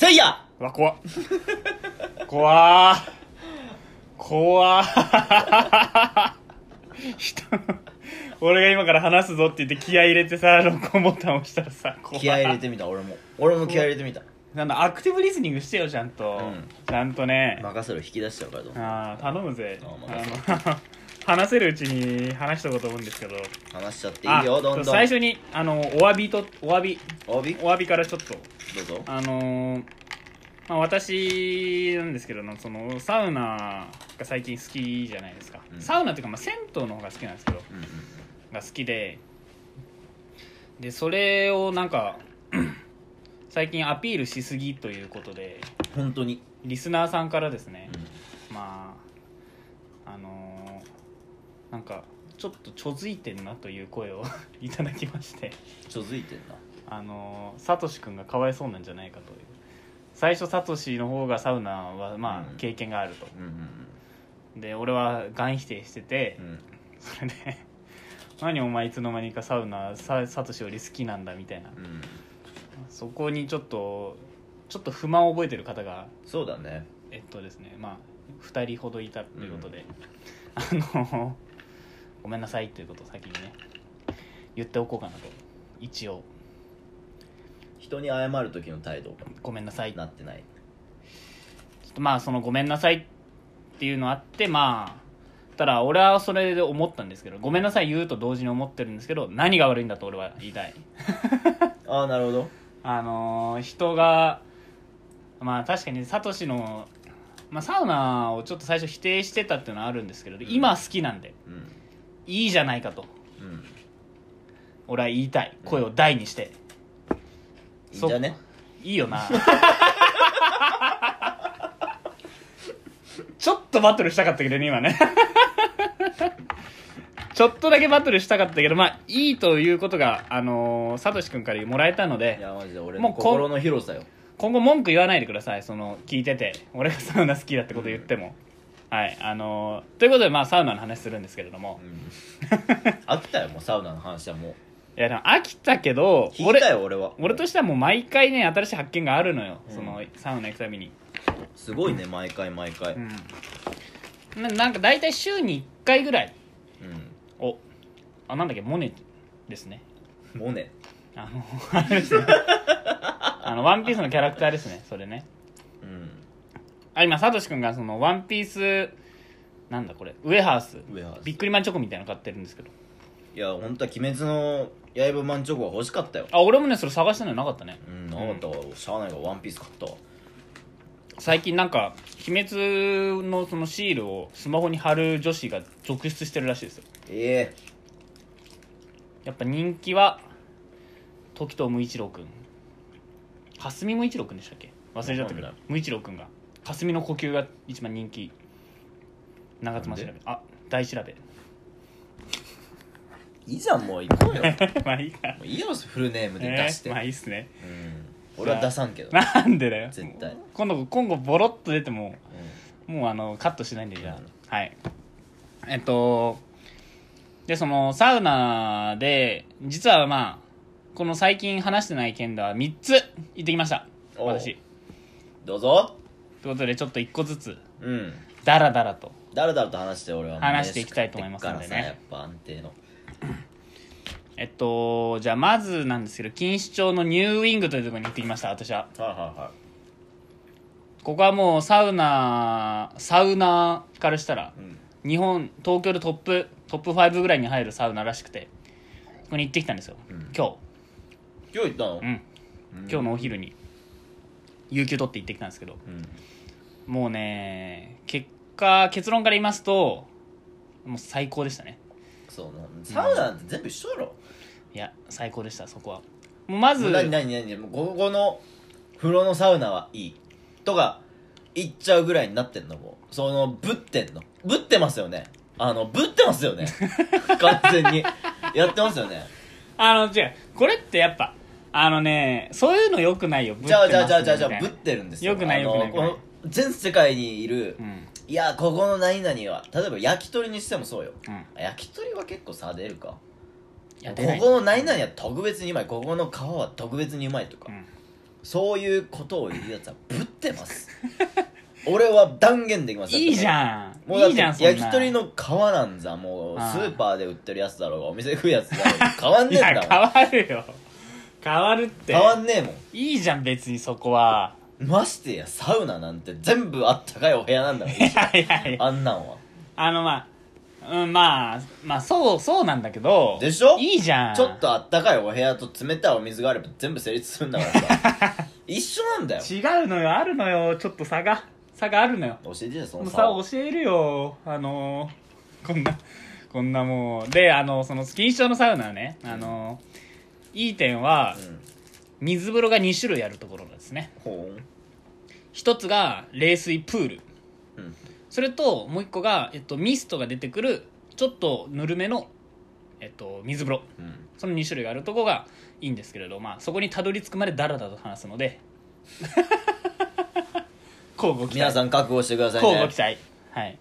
せいや。 うわ、怖っ。怖っ。俺が今から話すぞって言って気合い入れてさ、録音ボタン押したらさ、 気合い入れてみた。俺も気合い入れてみた。 なんだ、アクティブリスニングしてよ、ちゃんと。ちゃんとね。 任せろ、引き出しちゃうからと。 頼むぜ。話せるうちに話しとこうと思うんですけど。 話しちゃっていいよ、どんどん。 最初に、お詫びからちょっと。 どうぞ。 私なんですけど、そのサウナが最近好きじゃないですか。サウナっていうか、銭湯の方が好きなんですけど、が好きで、それをなんか最近アピールしすぎということで、 本当にリスナーさんからですね、なんかちょっとちょづいてんなという声をいただきまして。 ちょづいてんな。 サトシ君がかわいそうなんじゃないかという。最初サトシの方がサウナは経験があると、で俺はガン否定してて、それで何お前いつの間にかサウナサトシより好きなんだみたいな、そこにちょっと不満を覚えてる方が、 そうだね、 ですね、2人ほどいたということで、ごめんなさいということを先にね言っておこうかなと。一応人に謝る時の態度ごめんなさいなってない。 ちょっとそのごめんなさいっていうのあって、ただ俺はそれで思ったんですけど、ごめんなさい言うと同時に思ってるんですけど、何が悪いんだと俺は言いたい。 なるほど。 人が確かにサトシの、サウナをちょっと最初否定してたっていうのはあるんですけど、今好きなんで、いいじゃないかと、俺は言いたい。声を大にして、 いいんじゃね。 いいよな。ちょっとバトルしたかったけどね今ね。ちょっとだけバトルしたかったけど、いいということがサトシ君からもらえたので、 いやマジで俺の心の広さよ。 今後文句言わないでください。聞いてて俺がサウナ好きだってこと言っても、はい、ということでサウナの話するんですけれども、 飽きたよもうサウナの話はもう。 いやでも飽きたけど、 聞いたよ俺としてはもう毎回ね新しい発見があるのよ、そのサウナ行くたびに。 すごいね、毎回、 なんか大体週に1回ぐらい、なんだっけ、モネですね。 モネあれですね。ワンピースのキャラクターですね、それね。今サトシ君がそのワンピースなんだこれウエハースビックリマンチョコみたいなの買ってるんですけど、 いや本当は鬼滅の刃マンチョコが欲しかったよ。 俺もねそれ探したのなかったね。 なかったわ。しゃあないからワンピース買ったわ。 最近なんか鬼滅のそのシールをスマホに貼る女子が続出してるらしいですよ。やっぱ人気は時藤無一郎くん、霞無一郎くんでしたっけ、忘れちゃったけど、無一郎くんが霞の呼吸が一番人気。長妻調べ、大調べ。 いいじゃんもう行こうよ。 いいか、 もういいよフルネームで出して。 いいっすね。 俺は出さんけど。 なんでだよ。 絶対今後ボロッと出ても、もうカットしないんで。じゃあ、はい。でそのサウナで実はこの最近話してない件では3つ行ってきました、私。 どうぞ。 ということでちょっと1個ずつダラダラと話して、俺は話していきたいと思いますのでね。 やっぱ安定のじゃあまずなんですけど、錦糸町のニューウィングというところに行ってきました、私は。ここはもうサウナーからしたら、東京でトップ5ぐらいに入るサウナらしくて、そこに行ってきたんですよ、今日行ったの？ 今日のお昼に有給取って行ってきたんですけど、もうね結論から言いますともう最高でしたね。 そうサウナなんて全部一緒だろ。 いや最高でした。そこはもうまず何ここの風呂のサウナはいいとか言っちゃうぐらいになってんの。もうぶってますよね。ぶってますよね。完全にやってますよね。 違う、これってやっぱそういうのよくないよ。 じゃあぶってるんですよ。 よくないこの全世界にいる、いやここの何々は例えば焼き鳥にしてもそうよ、焼き鳥は結構差出るか。ここの何々は特別にうまい、ここの皮は特別にうまいとか、 そういうことを言うやつはぶってます俺は断言できますいいじゃんもうだっていいじゃんそんな焼き鳥の皮なんざもうスああーパーで売ってるやつだろうがお店で食うやつだろうが変わんねえんだもんいや変わるよ変わるって変わんねえもいいじゃん別にそこはんましてやサウナなんて全部あったかいお部屋なんだからいいじゃんいやいやあんなんはまあそうなんだけどでしょいいじゃんちょっとあったかいお部屋と冷たいお水があれば全部成立するんだからさ一緒なんだよ違うのよあるのよちょっと差があるのよ教えてよそのさ差を教えるよこんなもうでその錦糸町のサウナはねいい点は水風呂が2種類あるところなんですね。 ほう一つが冷水プール、 うんそれともう一個が、ミストが出てくるちょっとぬるめの、水風呂、その2種類があるところがいいんですけれど、そこにたどり着くまでダラダラと話すので交互期待皆さん覚悟してくださいね交互期待はい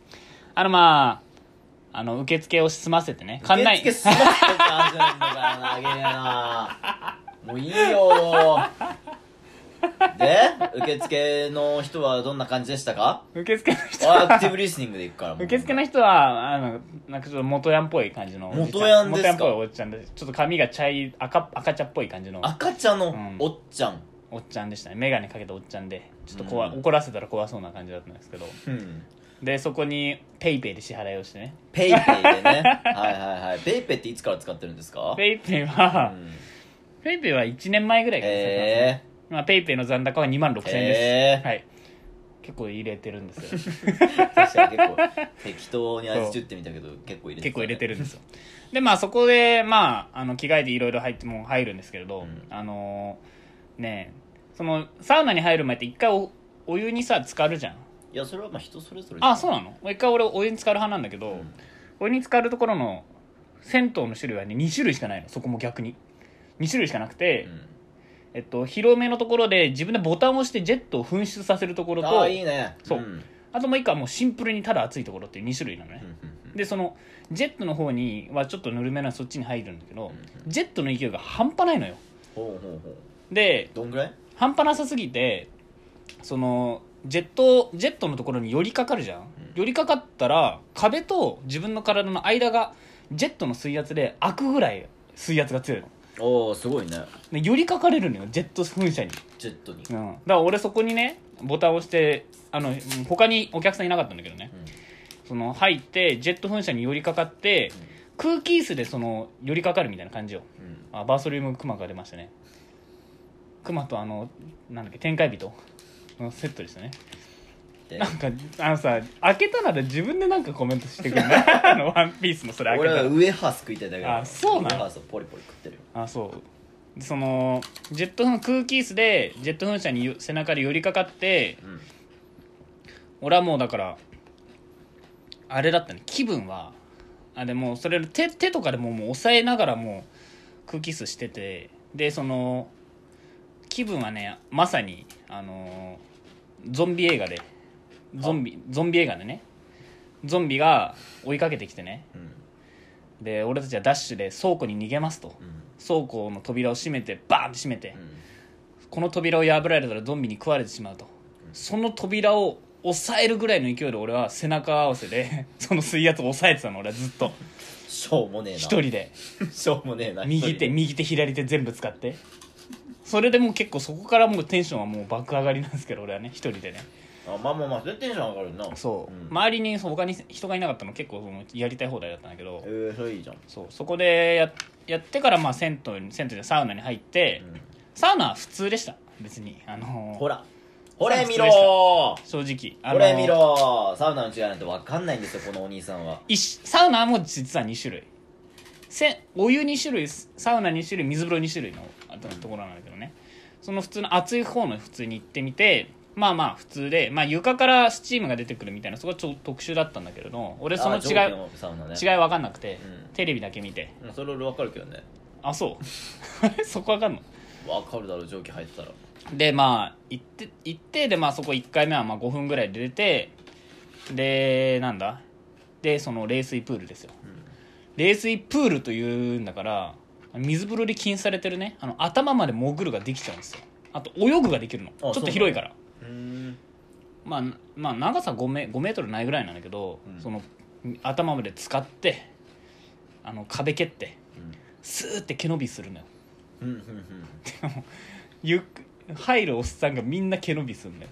受付を済ませてね受付するって話じゃないんだからなげえなもういいよで受付の人はどんな感じでしたか受付の人アはクティブリスニングでいくからもう受付の人はなんかちょっと元ヤンっぽい感じのおじちゃん元ヤンですか元ヤンっぽいおっちゃんでちょっと髪が赤茶っぽい感じの赤茶のうんおっちゃんおっちゃんでしたね眼鏡かけたおっちゃんでちょっとうん怒らせたら怖そうな感じだったんですけどうんでそこにペイペイで支払いをしてねペイペイでねはいはいはいペイペイっていつから使ってるんですかペイペイは、 うんペイペイは1年前ぐらいから使ってますね、ペイペイの残高は2万6000円です、はい結構入れてるんですよ確かに結構適当に味打ってみたけど結構入れてたね結構入れてるんですよでそこで着替えていろいろ入るんですけれど、ねえそのサウナに入る前って一回お湯にさ浸かるじゃん。 いやそれは人それぞれそうなの。もう一回俺お湯に浸かる派なんだけど、お湯に浸かるところの銭湯の種類はね2種類しかないの。そこも逆に2種類しかなくて、広めのところで自分でボタンを押してジェットを噴出させるところと、 いいねそう、あともう一個はもうシンプルにただ熱いところっていう2種類なのね、でそのジェットの方にはちょっとぬるめなそっちに入るんだけど、ジェットの勢いが半端ないのよ。 ほうでどんぐらい半端なさすぎてそのジェットのところに寄りかかるじゃん、寄りかかったら壁と自分の体の間がジェットの水圧で開くぐらい水圧が強いの。 おおすごいねで寄りかかれるのよジェット噴射に、 ジェットに、 だから俺そこにねボタンを押して他にお客さんいなかったんだけどね、その入ってジェット噴射に寄りかかって、空気椅子でその寄りかかるみたいな感じよ、バーソリウムクマが出ましたね。クマとなんだっけ天界人のセットですよね。なんかさ開けたなら自分でなんかコメントしてくるねワンピースのそれ開けたら俺はウエハース食いたいだけだそうなの。 ウエハースをポリポリ食ってるよそうそのジェット空気椅子でジェット噴射に背中で寄りかかって、俺はもうだからあれだったね気分はでもそれ手とかでもう押さえながらもう空気椅子してて、でその気分はねまさにゾンビ映画でゾンビ映画でねゾンビが追いかけてきてね、で俺たちはダッシュで倉庫に逃げますと、倉庫の扉を閉めてバーンって閉めて、この扉を破られたらゾンビに食われてしまうと、その扉を抑えるぐらいの勢いで俺は背中合わせでその水圧を抑えてたの。俺はずっとしょうもねえな一人でしょうもねえな右手左手全部使って、それでもう結構そこからもうテンションはもう爆上がりなんですけど俺はね一人でね。 まあそれテンション上がるなそう、周りに他に人がいなかったの結構やりたい放題だったんだけど、 それいいじゃんそこでやってから銭湯でサウナに入って、サウナは普通でした別にほれ見ろ正直これ見ろサウナの違いなんて分かんないんですよこのお兄さんは。 サウナも実は2種類お湯2種類サウナ2種類水風呂2種類のところなんだけどね、その普通の熱い方の普通に行ってみて普通で、床からスチームが出てくるみたいなそこはちょっと特殊だったんだけれど、俺その違い分かんなくて、テレビだけ見てそれ俺分かるけどね。 そうそこ分かんの分かるだろ蒸気入ってたら。で行ってでそこ1回目は5分ぐらいで出て、ででその冷水プールですよ、冷水プールというんだから水風呂で禁止されてるね頭まで潜るができちゃうんですよ。 あと泳ぐができるの。ちょっと広いから。まあ長さ5メートルないぐらいなんだけど、その頭まで使って壁蹴って、スーって毛伸びするのよ。でも入るおっさんがみんな毛伸びするんだよ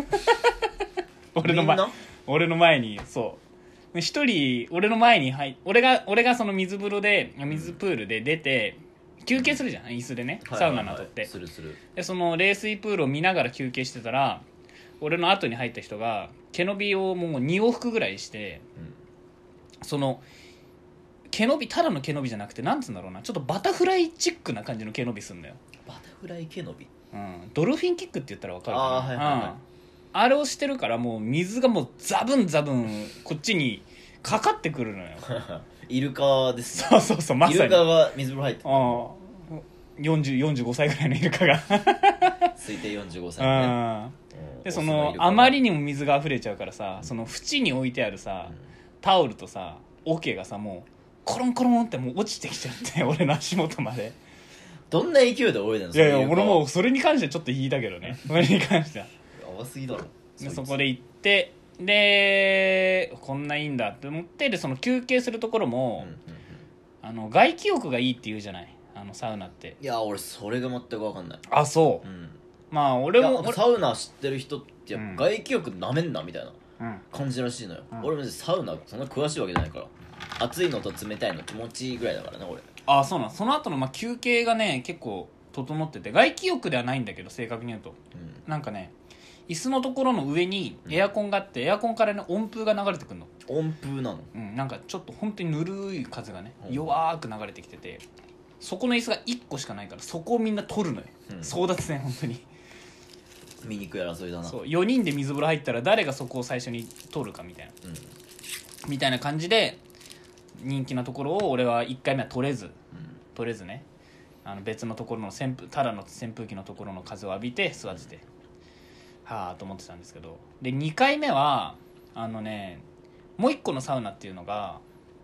俺の前にそう一人俺の前に俺がその水プールで出て休憩するじゃん、椅子でね、サウナなどって、 するでその冷水プールを見ながら休憩してたら、俺の後に入った人が毛伸びをもう2往復ぐらいして、そのただの毛伸びじゃなくて、なんつうんだろうな、ちょっとバタフライチックな感じの毛伸びすんだよ。 バタフライ毛伸び、 ドルフィンキックって言ったら分かるかな。あれをしてるから、もう水がもうザブンザブンこっちにかかってくるのよイルカですね。そうまさにイルカが水風呂入ってる。 45歳ぐらいのイルカが推定45歳ね。 でそのあまりにも水が溢れちゃうからさ、その縁に置いてあるさ、タオルとさ桶がさ、もうコロンコロンってもう落ちてきちゃって俺の足元まで。 どんな勢いで泳いでるんですか。 いや俺もうそれに関してはちょっと引いたけどねそれに関してはやばすぎだろ。 でそこで行って、でこんないいんだって思って、でその休憩するところも、外気浴がいいって言うじゃない、サウナって。 いや俺それが全く分かんない。 あ、そう、まあ俺もサウナ知ってる人ってやっぱ外気浴なめんなみたいな感じらしいのよ。俺もサウナそんな詳しいわけじゃないから、暑いのと冷たいの気持ちいいぐらいだからね俺。 あ、そうなん。その後の休憩がね結構整ってて、外気浴ではないんだけど正確に言うと、なんかね椅子のところの上にエアコンがあって、エアコンからね温風が流れてくるの。 温風なの？ なんかちょっと本当にぬるい風がね弱く流れてきてて、そこの椅子が1個しかないから、そこをみんな取るのよ、争奪戦。本当に醜い争いだな。 そう4人で水風呂入ったら誰がそこを最初に取るかみたいな、みたいな感じで人気なところを俺は1回目は取れずね、別のところのただの扇風機のところの風を浴びて座ってて、はあと思ってたんですけど、で2回目はもう1個のサウナっていうのが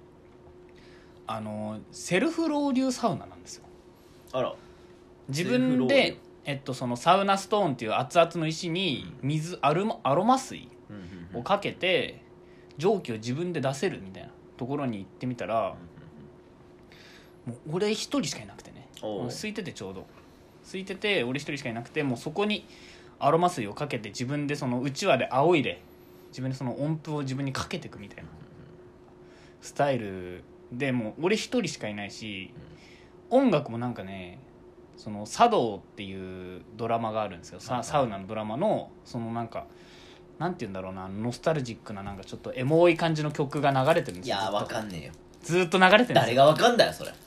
セルフロウリュサウナなんですよ。 あら。 自分でそのサウナストーンっていう熱々の石にアロマ水をかけて蒸気を自分で出せるみたいなところに行ってみたら、もう俺一人しかいなくてね、空いててちょうど空いてて俺一人しかいなくて、もうそこにアロマ水をかけて自分でそのうちわで仰いで自分でその音符を自分にかけていくみたいなスタイルで、もう俺一人しかいないし、音楽もなんかね、その茶道っていうドラマがあるんですけど、サウナのドラマのそのなんかなんて言うんだろうな、ノスタルジックななんかちょっとエモい感じの曲が流れてるんですよ。 いやわかんねえよ。 ずっと流れてるんですよ。 誰がわかんだよそれ。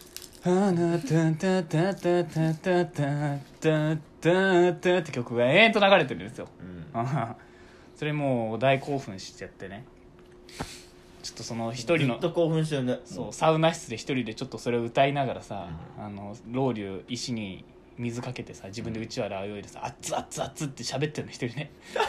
って曲が延々と流れてるんですよ、それもう大興奮しちゃってね、ちょっとその一人のずっと興奮してるね。 そうサウナ室で一人でちょっとそれを歌いながらさ、ロウリュ石に水かけてさ、自分でうちわで泳いでさ、熱々熱って喋ってるの一人ね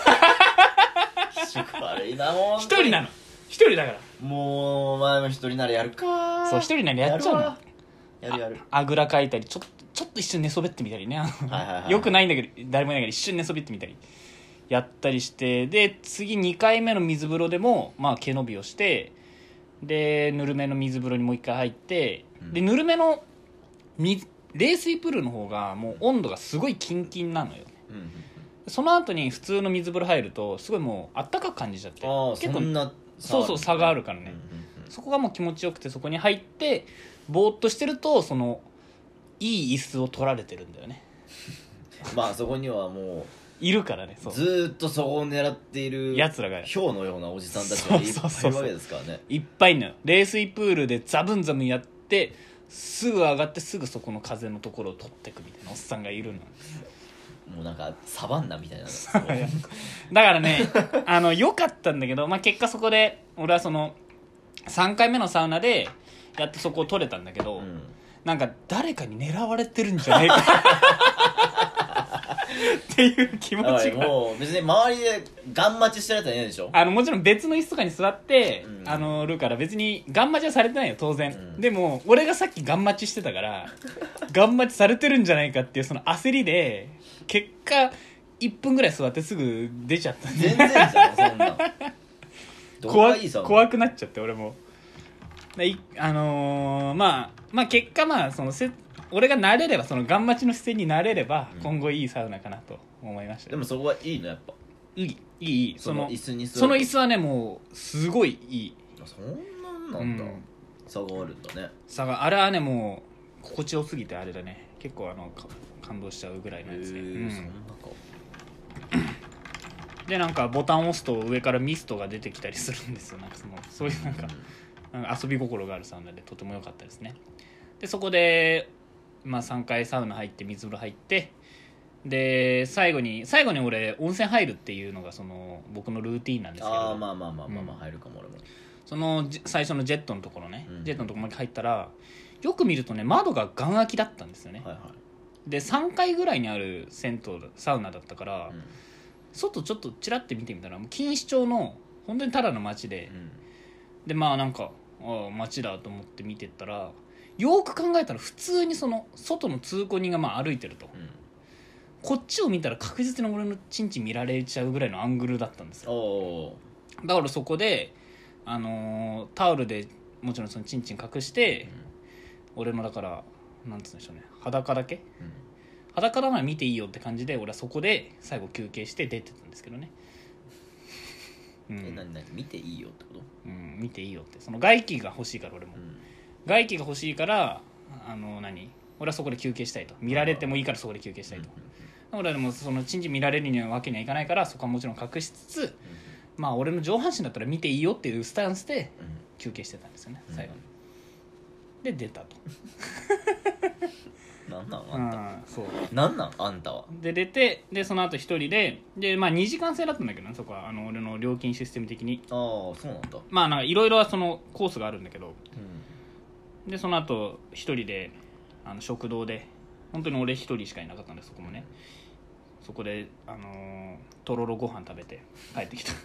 悪いなもう一人なの、一人だからもうお前も一人ならやるか。 そう一人ならやっちゃうの。 やるあぐらかいたりちょっと一瞬寝そべってみたりねよくないんだけど誰もいないから一瞬寝そべってみたりやったりして、で次2回目の水風呂でもまあ毛伸びをして、でぬるめの水風呂にもう1回入って、でぬるめの冷水プールの方がもう温度がすごいキンキンなのよ、その後に普通の水風呂入るとすごいもうあったかく感じちゃって、結構そんなそう差があるからね、そこがもう気持ちよくて、そこに入ってぼーっとしてるとそのいい椅子を取られてるんだよねまあそこにはもういるからね、 ずーっとそこを狙っているやつらがヒョウのようなおじさんたちがいっぱいいるわけですからね。 いっぱいいるのよ。冷水プールでザブンザブンやってすぐ上がってすぐそこの風のところを取ってくみたいなおっさんがいるの。 もうなんかサバンナみたいなだからね良かったんだけど、まあ、結果そこで俺はその3回目のサウナでやっとそこを取れたんだけど、なんか誰かに狙われてるんじゃないかっていう気持ちがもう別に周りでガン待ちしてるやつはいないでしょ。 もちろん別の椅子とかに座って、 うんるから別にガン待ちはされてないよ当然、 うん、 でも俺がさっきガン待ちしてたからガン待ちされてるんじゃないかっていうその焦りで結果1分ぐらい座ってすぐ出ちゃったんで全然じゃんそんなんどこがいいさ怖くなっちゃって俺もまあ結果俺が慣れればそのガン待ちの姿勢に慣れれば、今後いいサウナかなと思いました。 でもそこはいいのやっぱいいその椅子に座るその椅子はねもうすごいいい。 そんなんだ、差があるんだね。 あれはねもう心地よすぎてあれだね結構感動しちゃうぐらいのやつで、 そんなかでなんかボタンを押すと上からミストが出てきたりするんですよ。なんかそういうなんか遊び心があるサウナでとても良かったですね。でそこで、3回サウナ入って水風呂入ってで最後に俺温泉入るっていうのが僕のルーティーンなんですけど、 まあ入るかも俺も。 その最初のジェットのところね、ジェットのところまで入ったらよく見るとね窓がガン開きだったんですよね、 はいはい、 で3階ぐらいにあるサウナだったから、外ちょっとチラッて見てみたら錦糸町の本当にただの街で、でなんか街だと思って見てったらよく考えたら普通に外の通行人が歩いてると、こっちを見たら確実に俺のチンチン見られちゃうぐらいのアングルだったんですよ。だからそこで、タオルでもちろんそのチンチン隠して、俺のだからなんつうんでしょうね裸だけ、裸だなら見ていいよって感じで俺はそこで最後休憩して出てたんですけどね。 何見ていいよってこと？ 見ていいよってその外気が欲しいから俺も、外気が欲しいから俺はそこで休憩したいと、見られてもいいからそこで休憩したいと、俺はでもそのチンチン見られるわけにはいかないからそこはもちろん隠しつつ、俺の上半身だったら見ていいよっていうスタンスで休憩してたんですよね、最後に。で出たとなんなんあんた、 そうなんなんあんたは。 で出てでその後一人で2時間制だったんだけどね、そこは俺の料金システム的に。 そうなんだ。 なんかいろいろそのコースがあるんだけど、でその後一人で食堂で本当に俺一人しかいなかったんでそこもね、そこでとろろご飯食べて帰ってきた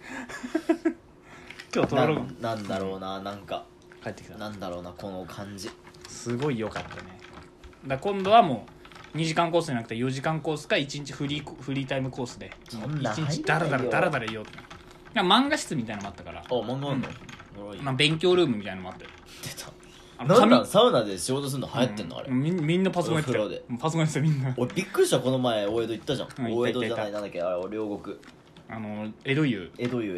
今日とろろなんだろうな、なんか帰ってきた。 なんだろうなこの感じすごい良かったね。今度はもう2時間コースじゃなくて4時間コースか1日フリータイムコースで1日ダラダラいようって漫画室みたいなのもあったから。 漫画あんの？ 勉強ルームみたいなのもあって出た。なんなんサウナで仕事するの流行ってんのあれ。 みんなパソコンやってる。パソコンやってたみんな。 俺びっくりした、この前大江戸行ったじゃん。大江戸じゃない、なんだっけあれ、両国江戸湯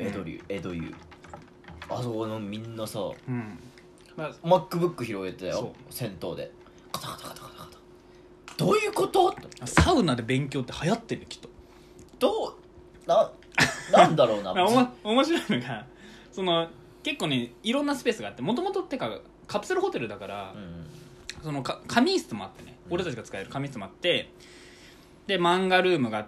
あそこのみんなさ、MacBook 広げて銭湯でカタカタカタカタカタ、どういうこと？ サウナで勉強って流行ってるよきっと。 なんだろうな面白いのが結構ねいろんなスペースがあって、もともとってかカプセルホテルだから、仮眠室もあってね、俺たちが使える仮眠室もあって、で漫画ルームがあって、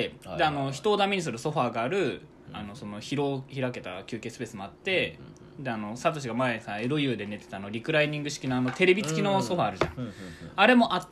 で人をダメにするソファーがある、広けた休憩スペースもあって、でサトシが前さ江戸湯で寝てたリクライニング式のテレビ付きのソファーあるじゃん、あれもあって、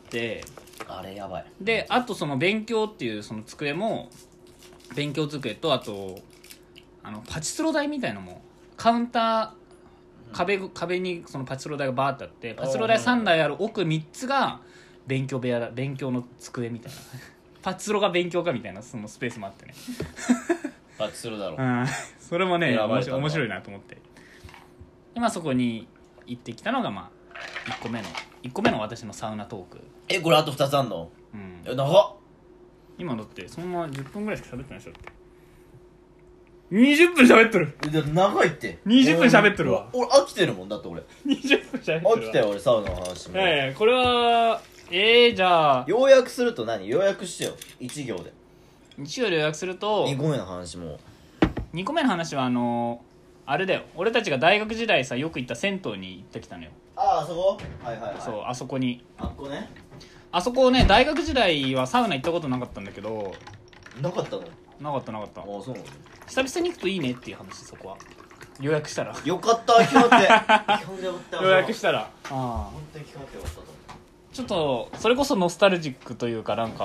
あれやばい。 であと勉強っていう机も勉強机と、あとパチスロ台みたいのもカウンター壁にパチスロ台がバーってあって、パチスロ台3台ある奥3つが勉強部屋だ、勉強の机みたいなパチスロが勉強かみたいなそのスペースもあってねパチスロだろ、 それもね面白いなと思って、でそこに行ってきたのが1個目の私のサウナトーク。 これあと2つあんの？長っ。 今だってそんな10分ぐらいしか喋ってないでしょって。20分喋ってる。 長いって。 20分喋ってるわ。 俺飽きてるもんだって俺。 20分喋ってるわ。 飽きたよ俺サウナの話も。 これはじゃあ要約すると何？要約してよ1行で。 1行で要約すると 2個目の話も。 2個目の話はあれだよ、俺たちが大学時代さよく行った銭湯に行ってきたのよ。 あそこ？はいはいはい。 そうあそこに。 あっこね。 あそこね、大学時代はサウナ行ったことなかったんだけど。 なかったの？ なかった。 そうなの？ 久々に行くといいねっていう話。そこは予約したらよかった。決まって予約したら本当に決まってよかったと。 ちょっとそれこそノスタルジックというか、なんか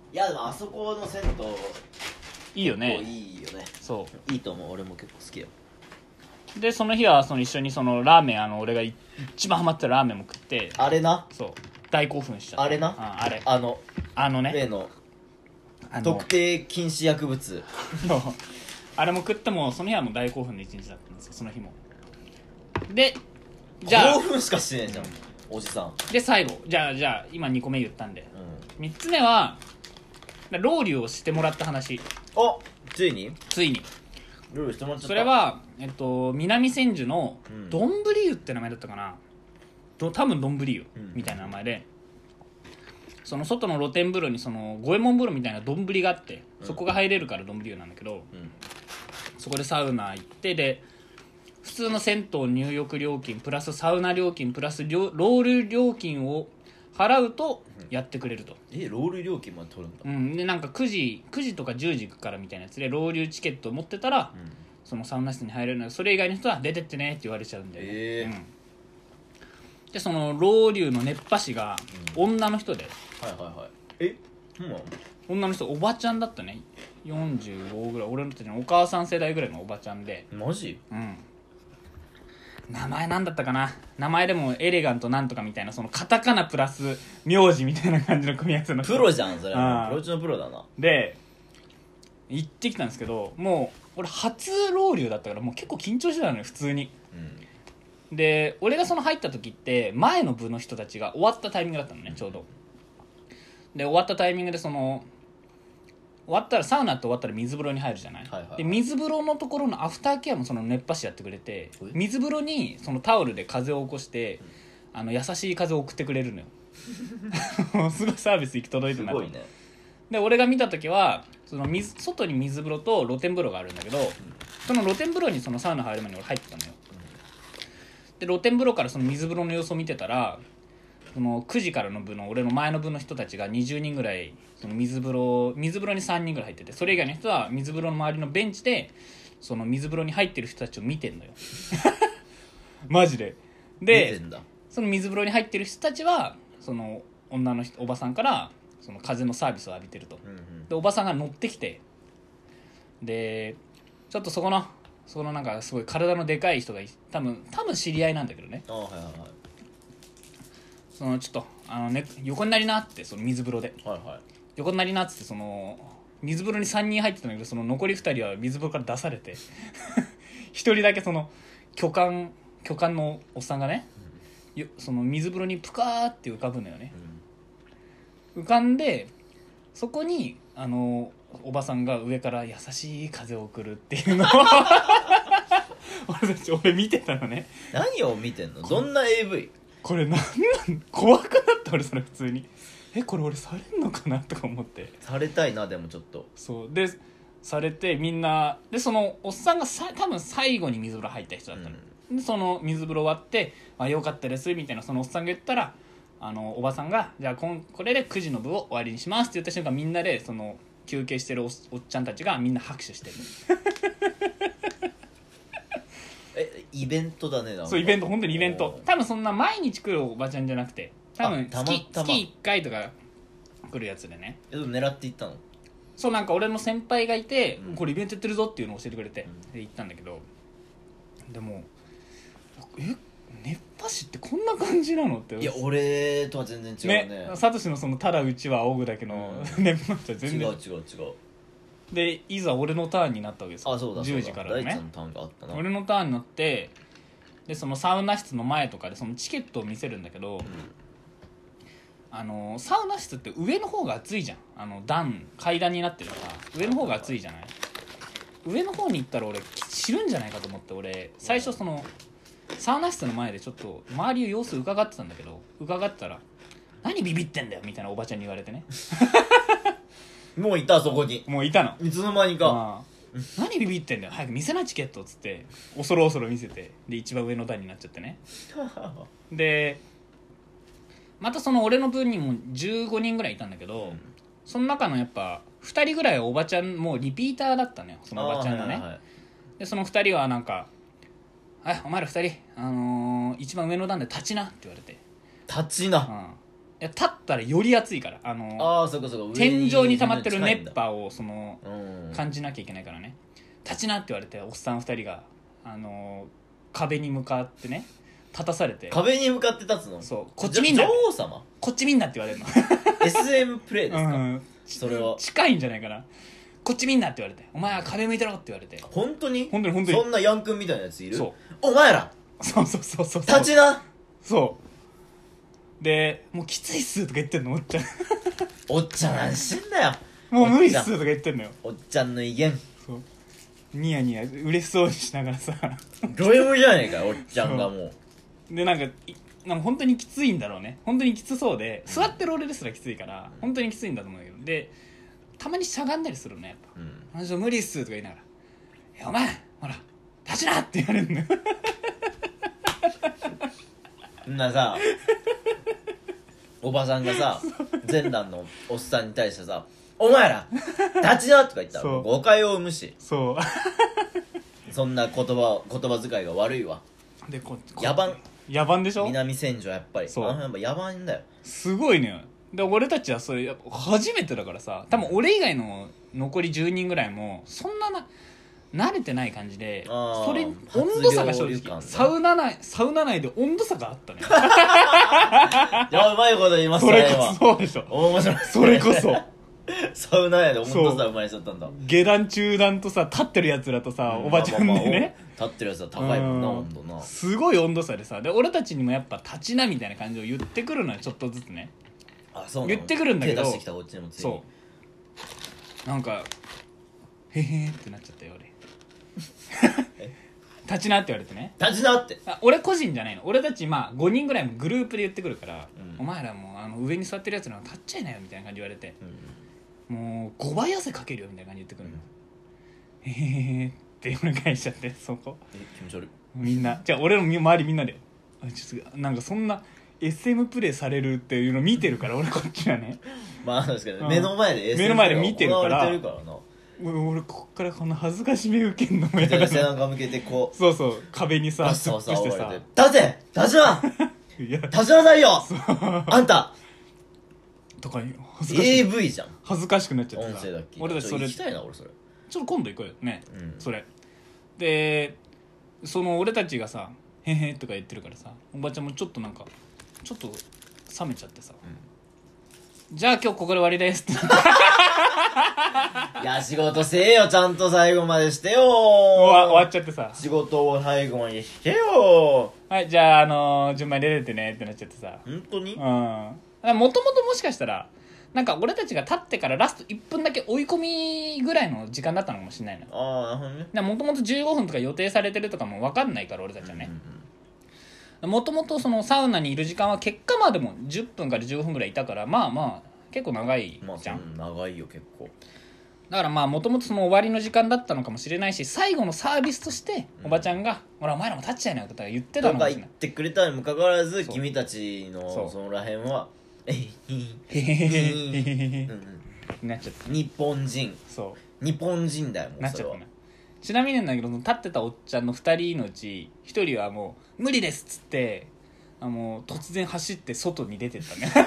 いやでもあそこの銭湯いいよね。 いいよね。 そういいと思う。俺も結構好きよ。 でその日は一緒にラーメン、俺が一番ハマってたラーメンも食って、 あれな、 そう大興奮しちゃった。 あれな、 あれあのね例の特定禁止薬物。 そうあれも食ってもその日はもう大興奮の一日だったんですよ、その日も。でじゃあ興奮しかしてないじゃん、おじさん。 で最後じゃあ今2個目言ったんで、 うん、 3つ目はロウリュをしてもらった話。 あ、ついにルールしてもらっちゃった。 それは、南千住のうんどんぶり湯って名前だったかな、多分どんぶり湯みたいな名前で、その外の露天風呂に五右衛門風呂みたいなどんぶりがあって、そこが入れるからどんぶり湯なんだけど、そこでサウナ行って、で普通の銭湯入浴料金プラスサウナ料金プラスロール料金を払うとやってくれると。 ロール料金まで取るんだ。 でなんか9時とか10時からみたいなやつでロウリュチケットを持ってたら、そのサウナ室に入れるので、それ以外の人は出てってねって言われちゃうんだよね。でそのロウリュの熱波師が女の人で、 はいはいはい。 女の人おばちゃんだったね。45ぐらい、俺のたちのお母さん世代ぐらいのおばちゃんで、 マジ？ 名前なんだったかな、名前でもエレガントなんとかみたいな、そのカタカナプラス名字みたいな感じの組み合わせの人。 プロじゃんそれ。プロ中のプロだな。 で行ってきたんですけど、もう俺初ロウリュだったからもう結構緊張してたのよ普通に。で俺が入った時って前の部の人たちが終わったタイミングだったのね、ちょうど。で終わったタイミングで終わったらサウナって終わったら水風呂に入るじゃない、で水風呂のところのアフターケアも熱波師やってくれて、水風呂にタオルで風を起こして、優しい風を送ってくれるのよすごいサービス行き届いてない。すごいね。で俺が見た時は外に水風呂と露天風呂があるんだけど、その露天風呂にサウナ入る前に俺入ってたのよ。で露天風呂から水風呂の様子を見てたら、9時からの部の俺の前の部の人たちが20人ぐらい水風呂に3人ぐらい入ってて、それ以外の人は水風呂の周りのベンチで水風呂に入ってる人たちを見てんのよマジで。でその水風呂に入ってる人たちは女の人おばさんから風のサービスを浴びてると、でおばさんが乗ってきて、でちょっとそこのなんかすごい体のでかい人が多分知り合いなんだけどね、ちょっと横になりなって水風呂で、横になりなっつって水風呂に3人入ってたんだけど、残り2人は水風呂から出されて1人だけ巨漢のおっさんがね、水風呂にプカーって浮かぶのよね、浮かんで、そこにおばさんが上から優しい風を送るっていうのを俺見てたのね。 何を見てんの？どんな AV？ これ怖くなった俺それ普通に。これ俺されんのかなとか思って。されたいな。でもちょっとそうでされて、みんなでおっさんが多分最後に水風呂入った人だったの、で水風呂終わってよかったですみたいなおっさんが言ったら、おばさんがじゃあこれで9時の部を終わりにしますって言った瞬間、みんなで休憩してる おっちゃんたちがみんな拍手してるイベントだね。 そうイベント、本当にイベント。多分そんな毎日来るおばちゃんじゃなくて、多分月1回とか来るやつでね。 狙って行ったの？ そう、なんか俺の先輩がいて、これイベントやってるぞっていうのを教えてくれて、で行ったんだけど、でも熱波師ってこんな感じなのって。 いや俺とは全然違うね。 サトシのただうちは仰ぐだけの熱波師は全然違う。 でいざ俺のターンになったわけですよ。 そうだ 10時からね。 大地のターンがあったな。 俺のターンになって、でサウナ室の前とかでチケットを見せるんだけど、サウナ室って上の方が暑いじゃん。階段になってるから上の方が暑いじゃない。上の方に行ったら俺知るんじゃないかと思って、俺最初サウナ室の前でちょっと周りを様子伺ってたんだけど、伺ってたら何ビビってんだよみたいなおばちゃんに言われてねもういた、そこにもういたの。 いつの間にか、 何ビビってんだよ早く見せなチケットっつって恐る恐る見せて、で一番上の段になっちゃってねでまた俺の分にも15人ぐらいいたんだけど、その中のやっぱ2人ぐらいはおばちゃん、もうリピーターだったのよ、そのおばちゃんがね、でその2人はなんかお前ら2人、一番上の段で立ちなって言われて、 立ちな、 や立ったらより暑いから、 ああそうかそうか、 天井に溜まってる熱波をうん感じなきゃいけないからね。立ちなって言われて、おっさん2人が壁に向かってね立たされて、 壁に向かって立つの？ そう、こっちみんな、 女王様こっちみんなって言われるの SM プレイですか、 うんそれは近いんじゃないかな。こっちみんなって言われて、お前は壁向いてろって言われて、 本当に本当に本当にそんなヤン君みたいなやついる？ そうお前らそう立立ちな。 そうで、もうきついっすとか言ってんのおっちゃんおっちゃん何してんだよ。 もう無理っすとか言ってんのよ。 おっちゃんの威厳そうニヤニヤ嬉しそうにしながらさド M じゃねえかおっちゃんがもう。 でなんか本当にきついんだろうね。本当にきつそうで、座ってる俺ですらきついから本当にきついんだと思うんだけど、でたまにしゃがんだりするのやっぱ、無理っすとか言いながら、お前ほら立ちなって言われるのよんなさおばさんがさ前段のおっさんに対してさお前ら立ちなとか言ったらそう誤解を生むし、 そうそんな言葉遣いが悪いわ。 で野蛮野蛮でしょ。 南千住はやっぱりそうやっぱ野蛮だよ。 すごいね。で俺たちはそれやっぱ初めてだからさ、多分俺以外の残り10人ぐらいもそんな慣れてない感じで、 あーそれ温度差が正直、 初料理感ねサウナ内で温度差があったねいやうまいこと言いますそれこ今そそうでしょ。 面白いそれこそサウナ屋で温度差生まれちゃったんだ。 下段中段とさ立ってるやつらとさ、おばちゃんでね、 まあまあまあ立ってるやつは高いもんな、 うん温度な。 すごい温度差でさ、で俺たちにもやっぱ立ちなみたいな感じを言ってくるのよ、ちょっとずつね。 あそうなの言ってくるんだけど手出してきたこっちにもついにそうなんかへへーってなっちゃったよ俺立ちなって言われてね、 立ちなって。 俺個人じゃないの、俺たちまあ5人ぐらいもグループで言ってくるから、 うんお前らもう上に座ってるやつらは立っちゃいなよみたいな感じ言われて、 うんもう5倍汗かけるよみたいな感じで言ってくるの、へへーって俺返しちゃって、そこ気持ち悪い。 みんなじゃあ俺の周りみんなでちょっとなんかそんな SM プレイされるっていうの見てるから俺こっちはねまあ確かにうん目の前で SM 目の前で見てるから行われてるからな。 俺こっからこんな恥ずかしめ受けんのも嫌でだな。 背中向けてこうそうそう壁にさバッ突サバサっ伏してさ煽られて立て立ちないや立ちなさいよあんたとか恥ずかしい AV じゃん恥ずかしくなっちゃってさ音声だっけ。 俺たちそれ行きたいな俺それ。 ちょっと今度行こうよね、 うんそれでその俺たちがさへへとか言ってるからさ、おばちゃんもちょっとなんかちょっと冷めちゃってさ、じゃあ今日ここで終わりですっていや仕事せえよちゃんと最後までしてよ終わっちゃってさ、 仕事を最後までしてよ。 はいじゃあ順番に出てってねってなっちゃってさ、 本当にうん、もともともしかしたらなんか俺たちが立ってからラスト1分だけ追い込みぐらいの時間だったのかもしれないの。 ああなるほどね。 もともと15分とか予定されてるとかも分かんないから俺たちはね、もともとそのサウナにいる時間は結果まあでも10分から15分ぐらいいたから、まあまあ結構長いまあじゃん、 長いよ結構。 だからまあもともとその終わりの時間だったのかもしれないし、最後のサービスとしておばちゃんが「ほらお前らも立っちゃいなよ」とか言ってたとか言っのかもしれない。 てくれたにもかかわらずそう君たちのそうそのらへんはえいへへへへへへうんうんなっちゃった日本人そう日本人だよもうそれはなっちゃったな。ちなみになんだけど立ってたおっちゃんの2人のうち1人はもう無理ですっつってもう突然走って外に出てったね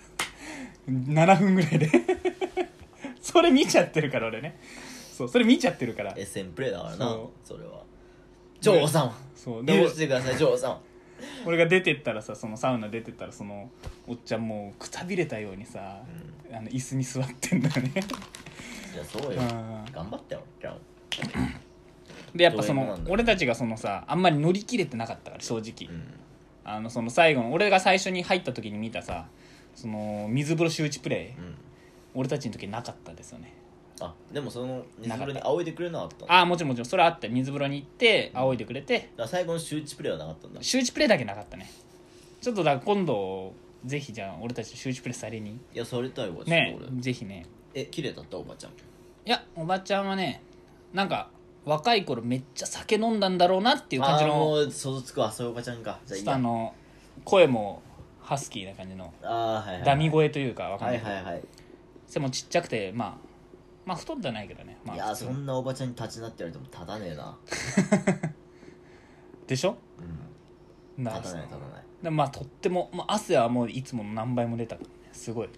7分ぐらいでそれ見ちゃってるから俺ね、そうそれ見ちゃってるから、 SM プレイだからなそそれは。ジョー様そうで許してくださいジョー様。 俺が出てったらさ、そのサウナ出てったらそのおっちゃんもうくたびれたようにさ、椅子に座ってんだよねいやそうようん頑張ったよじゃあでやっぱそのどういうもんなんだ俺たちがそのさあんまり乗り切れてなかったから正直、 うんその最後の俺が最初に入った時に見たさその水風呂周知プレイ、 うん俺たちの時なかったですよね。 あでもその水風呂に仰いでくれなかったの？ ああもちろんもちろんそれはあって、水風呂に行って仰いでくれて、 だから最後の周知プレイはなかったんだ。 周知プレイだけなかったね。ちょっとだから今度ぜひじゃあ俺たち周知プレイされにいやそれたいわちょっとね俺ぜひね。 綺麗だったおばちゃん。 いやおばちゃんはねなんか若い頃めっちゃ酒飲んだんだろうなっていう感じあーものう想像つくわそういうおばちゃんか。じゃあいいや声もハスキーな感じのあーはいはいダミ声というかわかんはないいけど、 はいはい。 背もちっちゃくてまあ太ってはないけどね、まあ、 いや普通そんなおばちゃんに立ちなって言われても立たねえな。 でしょうんな立たない立たない。 でまあとっても、まあ、汗はもういつもの何倍も出たからね、すごい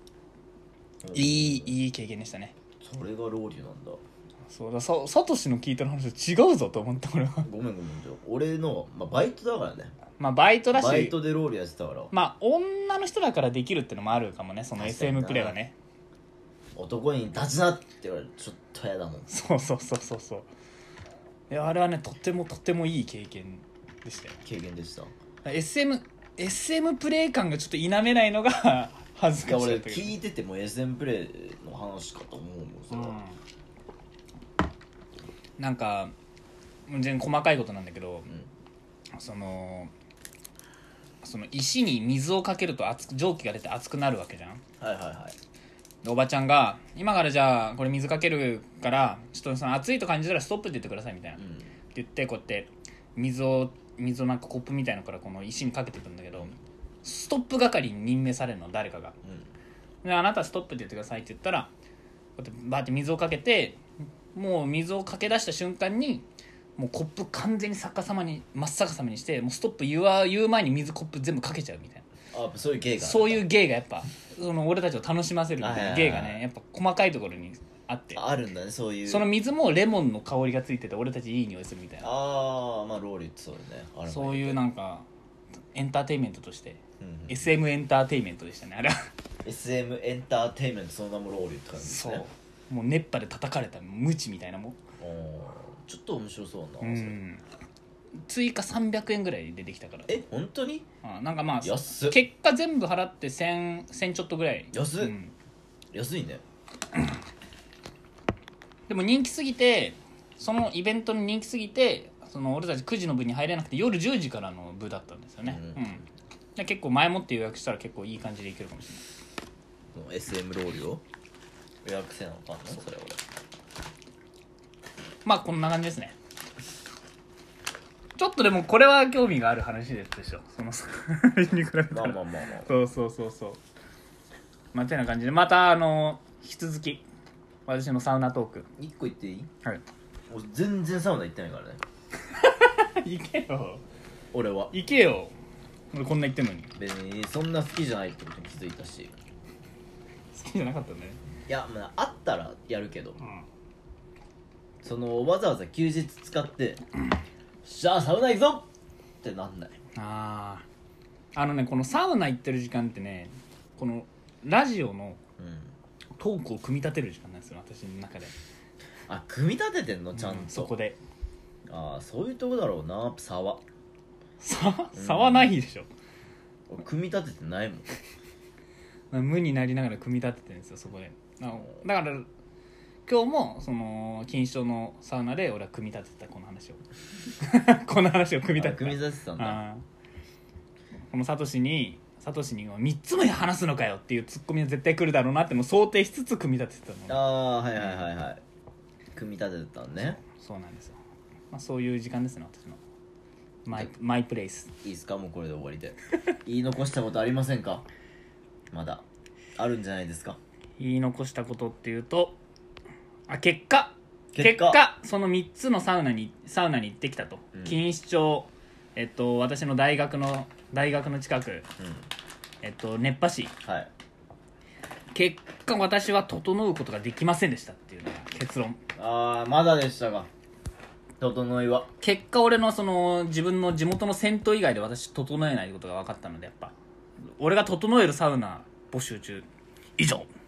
いい経験でしたね。 それがロウリュなんだ。 そうだ、サトシの聞いた話違うぞと思った俺は。 ごめんじゃ俺の、まあ、バイトだからね。 まあバイトだし、 バイトでロウリュやってたから。 まあ女の人だからできるってのもあるかもね、その SM プレイがね。 男に立ちなって言われるとちょっと嫌だもん。 そういやあれはね、とてもいい経験でしたよ。 経験でした。 SM プレイ感がちょっと否めないのが恥ずかしい。 俺聞いてても SM プレイの話かと思うもんそれは、 なんか全然細かいことなんだけど、 うん、 その石に水をかけると蒸気が出て熱くなるわけじゃん。 はいはいはい。 でおばちゃんが今からじゃあこれ水かけるからちょっとその熱いと感じたらストップって言ってくださいみたいな、って言ってこうやって水をなんかコップみたいなのからこの石にかけていくんだけど、ストップ係に任命されるの誰かが、であなたストップって言ってくださいって言ったらこうやってバーって水をかけて、もう水をかけ出した瞬間にもうコップ完全に真っ逆さまにしてもうストップ言う前に水コップ全部かけちゃうみたいな。 そういう芸がそういう芸がやっぱその俺たちを楽しませるみたいな芸がね、やっぱ細かいところにあって、 あるんだね、そういう。 その水もレモンの香りがついてて俺たちいい匂いするみたいな。 まあローリーってそうだね。 そういうなんかエンターテインメントとして、 SM SM エンターテインメントでしたねあれは。 SM エンターテインメント、その名もローリーって感じですね。 そうもう熱波で叩かれたムチみたいなもん。 ちょっと面白そうな。 追加300円ぐらいでできたから。 本当に？ なんかまあ安っ。 結果全部払って1000ちょっとぐらい。 安っ、安いね。 でも人気すぎて、そのイベントに人気すぎて、その俺たち9時の部に入れなくて夜10時からの部だったんですよね。で結構前もって予約したら結構いい感じでいけるかもしれない。 SM ローリーを予約せなのかんのそれ俺。 まあこんな感じですね。ちょっとでもこれは興味がある話でしょ、そのに比べたら。まあそうまあてな感じで、また引き続き私のサウナトーク 1個言っていい？ はい。 俺全然サウナ行ってないからね。 行けよ俺は行けよ、俺こんな言ってんのに。 別にそんな好きじゃないってことに気づいたし。 好きじゃなかったんだね。 いや、まああったらやるけど、そのわざわざ休日使ってじゃあサウナ行くぞってなんない。 このサウナ行ってる時間ってね、このラジオのトークを組み立てる時間なんですよ、私の中で。 組み立ててんのちゃんと、 そこで。 そういうとこだろうな。差はないでしょ。 俺組み立ててないもん。 無になりながら組み立ててるんですよ、そこで。だから今日もその錦糸町のサウナで俺は組み立てたこの話をこの話を組み立てた。 組み立ててたんだ。 このサトシに3つも話すのかよっていうツッコミは絶対来るだろうなっても想定しつつ組み立ててたの。 はい組み立ててたんね。 そうなんですよ。そういう時間ですね、私のマイプレイス。 いいですか、もうこれで終わりで。言い残したことありませんか？まだあるんじゃないですか。 言い残したことっていうと、結果その3つのサウナに行ってきたと。錦糸町、私の大学の近く、熱波師、結果私は整うことができませんでしたっていうのが結論。 まだでしたが、整いは結果俺のその自分の地元の銭湯以外で私整えないことが分かったので、やっぱ俺が整えるサウナ募集中。以上。